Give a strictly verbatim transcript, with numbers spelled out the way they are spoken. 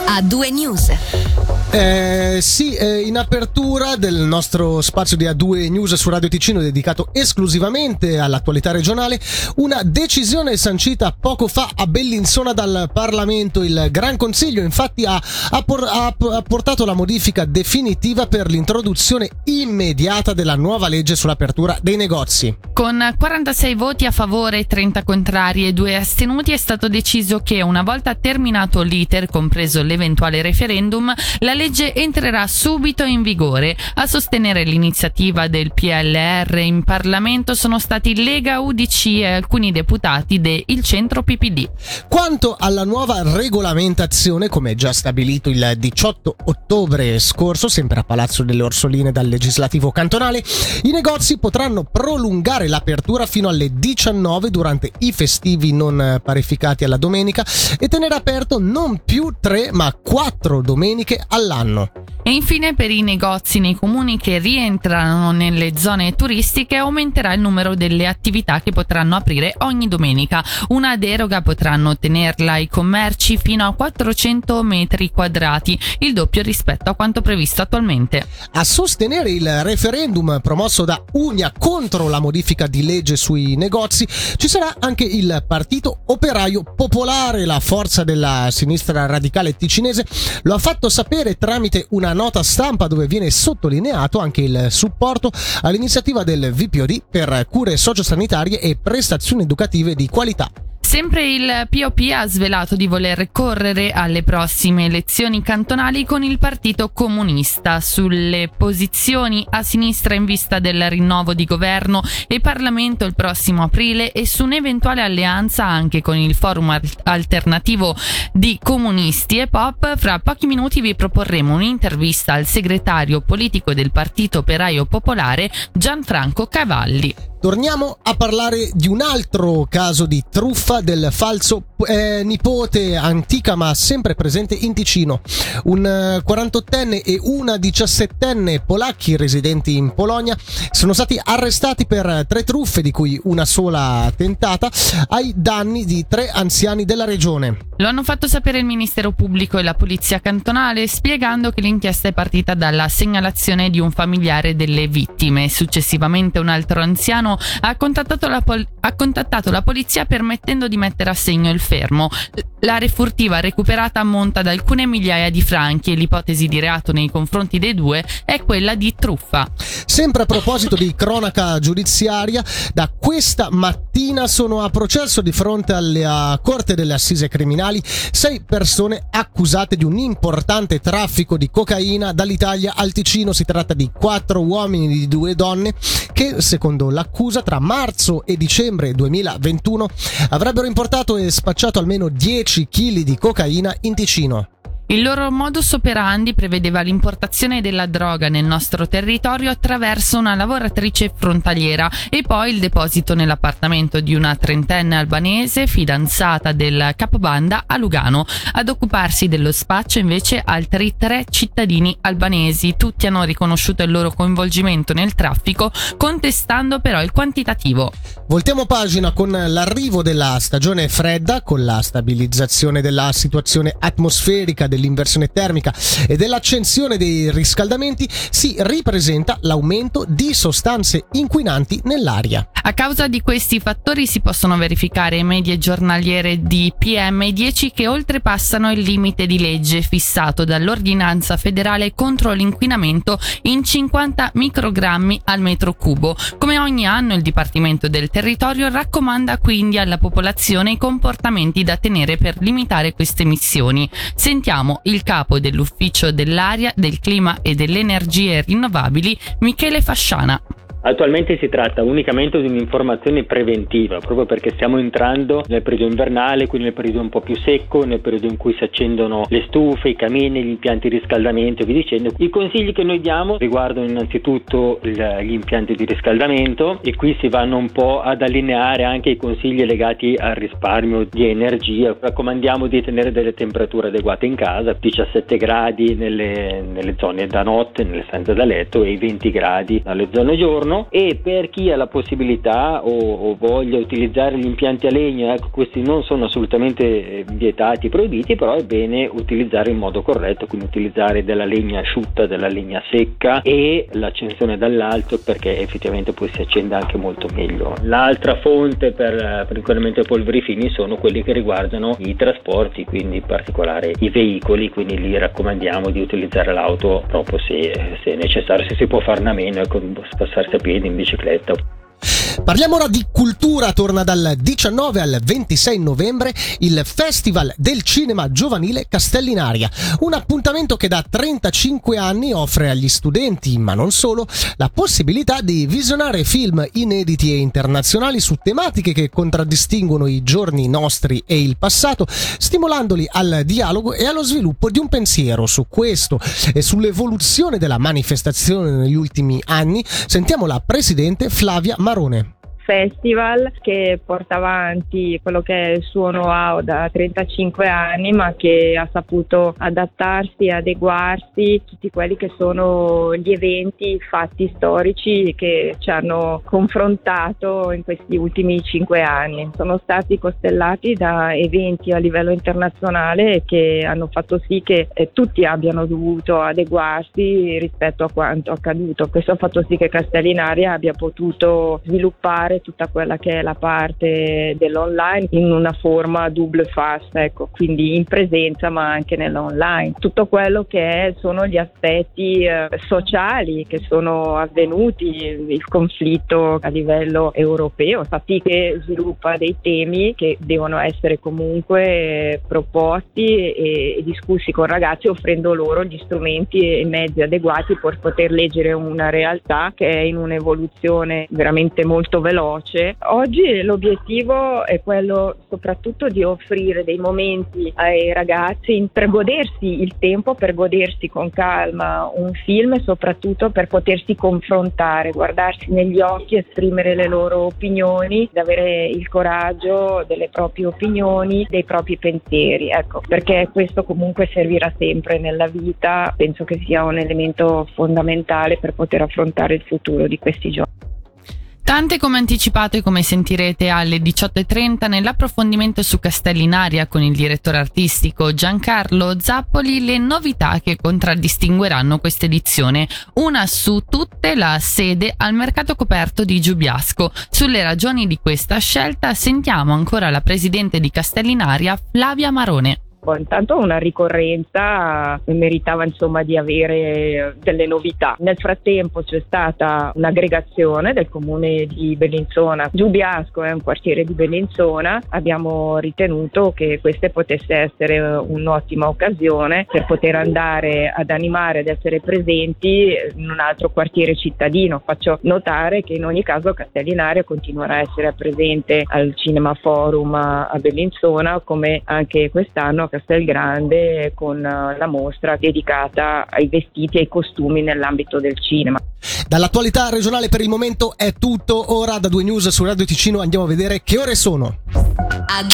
A due News. Eh, sì, eh, in apertura del nostro spazio di A due News su Radio Ticino dedicato esclusivamente all'attualità regionale, una decisione sancita poco fa a Bellinzona dal Parlamento. Il Gran Consiglio infatti ha, ha, por, ha, ha portato la modifica definitiva per l'introduzione immediata della nuova legge sull'apertura dei negozi. Con quarantasei voti a favore, trenta contrari e due astenuti è stato deciso che una volta terminato l'iter, compreso l'eventuale referendum, la legge entrerà subito in vigore. A sostenere l'iniziativa del P L R in Parlamento sono stati Lega, U D C e alcuni deputati del Centro P P D. Quanto alla nuova regolamentazione, come già stabilito il diciotto ottobre scorso, sempre a Palazzo delle Orsoline dal legislativo cantonale, i negozi potranno prolungare l'apertura fino alle diciannove durante i festivi non parificati alla domenica e tenere aperto non più tre ma quattro domeniche all'anno. E infine, per i negozi nei comuni che rientrano nelle zone turistiche aumenterà il numero delle attività che potranno aprire ogni domenica. Una deroga potranno ottenerla i commerci fino a quattrocento metri quadrati, il doppio rispetto a quanto previsto attualmente. A sostenere il referendum promosso da Unia contro la modifica di legge sui negozi ci sarà anche il Partito Operaio Popolare. La forza della sinistra radicale ticinese lo ha fatto sapere tramite una nota stampa dove viene sottolineato anche il supporto all'iniziativa del V P O D per cure sociosanitarie e prestazioni educative di qualità. Sempre il P O P ha svelato di voler correre alle prossime elezioni cantonali con il Partito Comunista sulle posizioni a sinistra in vista del rinnovo di governo e Parlamento il prossimo aprile e su un'eventuale alleanza anche con il Forum Alternativo di Comunisti e Pop. Fra pochi minuti vi proporremo un'intervista al segretario politico del Partito Operaio Popolare, Gianfranco Cavalli. Torniamo a parlare di un altro caso di truffa del falso eh, nipote, antica ma sempre presente in Ticino. Un quarantottenne e una diciassettenne polacchi residenti in Polonia sono stati arrestati per tre truffe, di cui una sola tentata, ai danni di tre anziani della regione. Lo hanno fatto sapere il Ministero Pubblico e la Polizia Cantonale, spiegando che l'inchiesta è partita dalla segnalazione di un familiare delle vittime. Successivamente un altro anziano ha contattato la, pol- ha contattato la polizia permettendo di mettere a segno il fermo. L'area furtiva recuperata ammonta ad alcune migliaia di franchi e l'ipotesi di reato nei confronti dei due è quella di truffa. Sempre a proposito di cronaca giudiziaria, da questa mattina sono a processo di fronte alla Corte delle Assise Criminali sei persone accusate di un importante traffico di cocaina dall'Italia al Ticino. Si tratta di quattro uomini e di due donne che, secondo l'accusa, tra marzo e dicembre duemilaventuno avrebbero importato e spacciato almeno dieci chili di cocaina in Ticino. Il loro modus operandi prevedeva l'importazione della droga nel nostro territorio attraverso una lavoratrice frontaliera e poi il deposito nell'appartamento di una trentenne albanese fidanzata del capobanda a Lugano. Ad occuparsi dello spaccio invece altri tre cittadini albanesi. Tutti hanno riconosciuto il loro coinvolgimento nel traffico, contestando però il quantitativo. Voltiamo pagina con l'arrivo della stagione fredda, con la stabilizzazione della situazione atmosferica, dell'inversione termica e dell'accensione dei riscaldamenti. Si ripresenta l'aumento di sostanze inquinanti nell'aria. A causa di questi fattori si possono verificare medie giornaliere di P M dieci che oltrepassano il limite di legge fissato dall'ordinanza federale contro l'inquinamento in cinquanta microgrammi al metro cubo. Come ogni anno il Dipartimento del Territorio raccomanda quindi alla popolazione i comportamenti da tenere per limitare queste emissioni. Sentiamo il capo dell'Ufficio dell'Aria, del Clima e delle Energie Rinnovabili, Michele Fasciana. Attualmente si tratta unicamente di un'informazione preventiva, proprio perché stiamo entrando nel periodo invernale, quindi nel periodo un po' più secco, nel periodo in cui si accendono le stufe, i camini, gli impianti di riscaldamento e via dicendo. I consigli che noi diamo riguardano innanzitutto il, gli impianti di riscaldamento, e qui si vanno un po' ad allineare anche i consigli legati al risparmio di energia. Raccomandiamo di tenere delle temperature adeguate in casa, diciassette gradi nelle, nelle zone da notte, nelle stanze da letto, e i venti gradi alle zone giorno. giorno, e per chi ha la possibilità o, o voglia utilizzare gli impianti a legna, ecco, questi non sono assolutamente vietati, proibiti, però è bene utilizzare in modo corretto, quindi utilizzare della legna asciutta, della legna secca e l'accensione dall'alto, perché effettivamente poi si accende anche molto meglio. L'altra fonte per, per l'inquinamento dei polveri fini sono quelli che riguardano i trasporti, quindi in particolare i veicoli, quindi lì raccomandiamo di utilizzare l'auto proprio se, se è necessario, se si può farne a meno, ecco, spostarsi a piedi, in bicicletta. Parliamo ora di cultura. Torna dal diciannove al ventisei novembre il Festival del Cinema Giovanile Castellinaria, un appuntamento che da trentacinque anni offre agli studenti, ma non solo, la possibilità di visionare film inediti e internazionali su tematiche che contraddistinguono i giorni nostri e il passato, stimolandoli al dialogo e allo sviluppo di un pensiero. Su questo e sull'evoluzione della manifestazione negli ultimi anni sentiamo la presidente Flavia Marone. Festival che porta avanti quello che è il suo know-how da trentacinque anni, ma che ha saputo adattarsi e adeguarsi a tutti quelli che sono gli eventi, fatti storici che ci hanno confrontato in questi ultimi cinque anni. Sono stati costellati da eventi a livello internazionale che hanno fatto sì che eh, tutti abbiano dovuto adeguarsi rispetto a quanto accaduto. Questo ha fatto sì che Castellinaria abbia potuto sviluppare tutta quella che è la parte dell'online in una forma double fast, ecco, quindi in presenza ma anche nell'online. Tutto quello che è, sono gli aspetti eh, sociali che sono avvenuti, il conflitto a livello europeo, fa sì che sviluppa dei temi che devono essere comunque proposti e, e discussi con ragazzi, offrendo loro gli strumenti e mezzi adeguati per poter leggere una realtà che è in un'evoluzione veramente molto veloce. Oggi l'obiettivo è quello soprattutto di offrire dei momenti ai ragazzi per godersi il tempo, per godersi con calma un film e soprattutto per potersi confrontare, guardarsi negli occhi, esprimere le loro opinioni, ad avere il coraggio delle proprie opinioni, dei propri pensieri, ecco, perché questo comunque servirà sempre nella vita, penso che sia un elemento fondamentale per poter affrontare il futuro di questi giorni. Tante come anticipato e come sentirete alle diciotto e trenta nell'approfondimento su Castellinaria con il direttore artistico Giancarlo Zappoli, le novità che contraddistingueranno questa edizione. Una su tutte, la sede al mercato coperto di Giubiasco. Sulle ragioni di questa scelta sentiamo ancora la presidente di Castellinaria, Flavia Marone. Intanto una ricorrenza meritava insomma di avere delle novità. Nel frattempo c'è stata un'aggregazione del comune di Bellinzona. Giubiasco è un quartiere di Bellinzona, abbiamo ritenuto che questa potesse essere un'ottima occasione per poter andare ad animare, ad essere presenti in un altro quartiere cittadino. Faccio notare che in ogni caso Castellinaria continuerà a essere presente al Cinema Forum a Bellinzona, come anche quest'anno Castelgrande con la mostra dedicata ai vestiti e ai costumi nell'ambito del cinema. Dall'attualità regionale per il momento è tutto. Ora da due News su Radio Ticino andiamo a vedere che ore sono.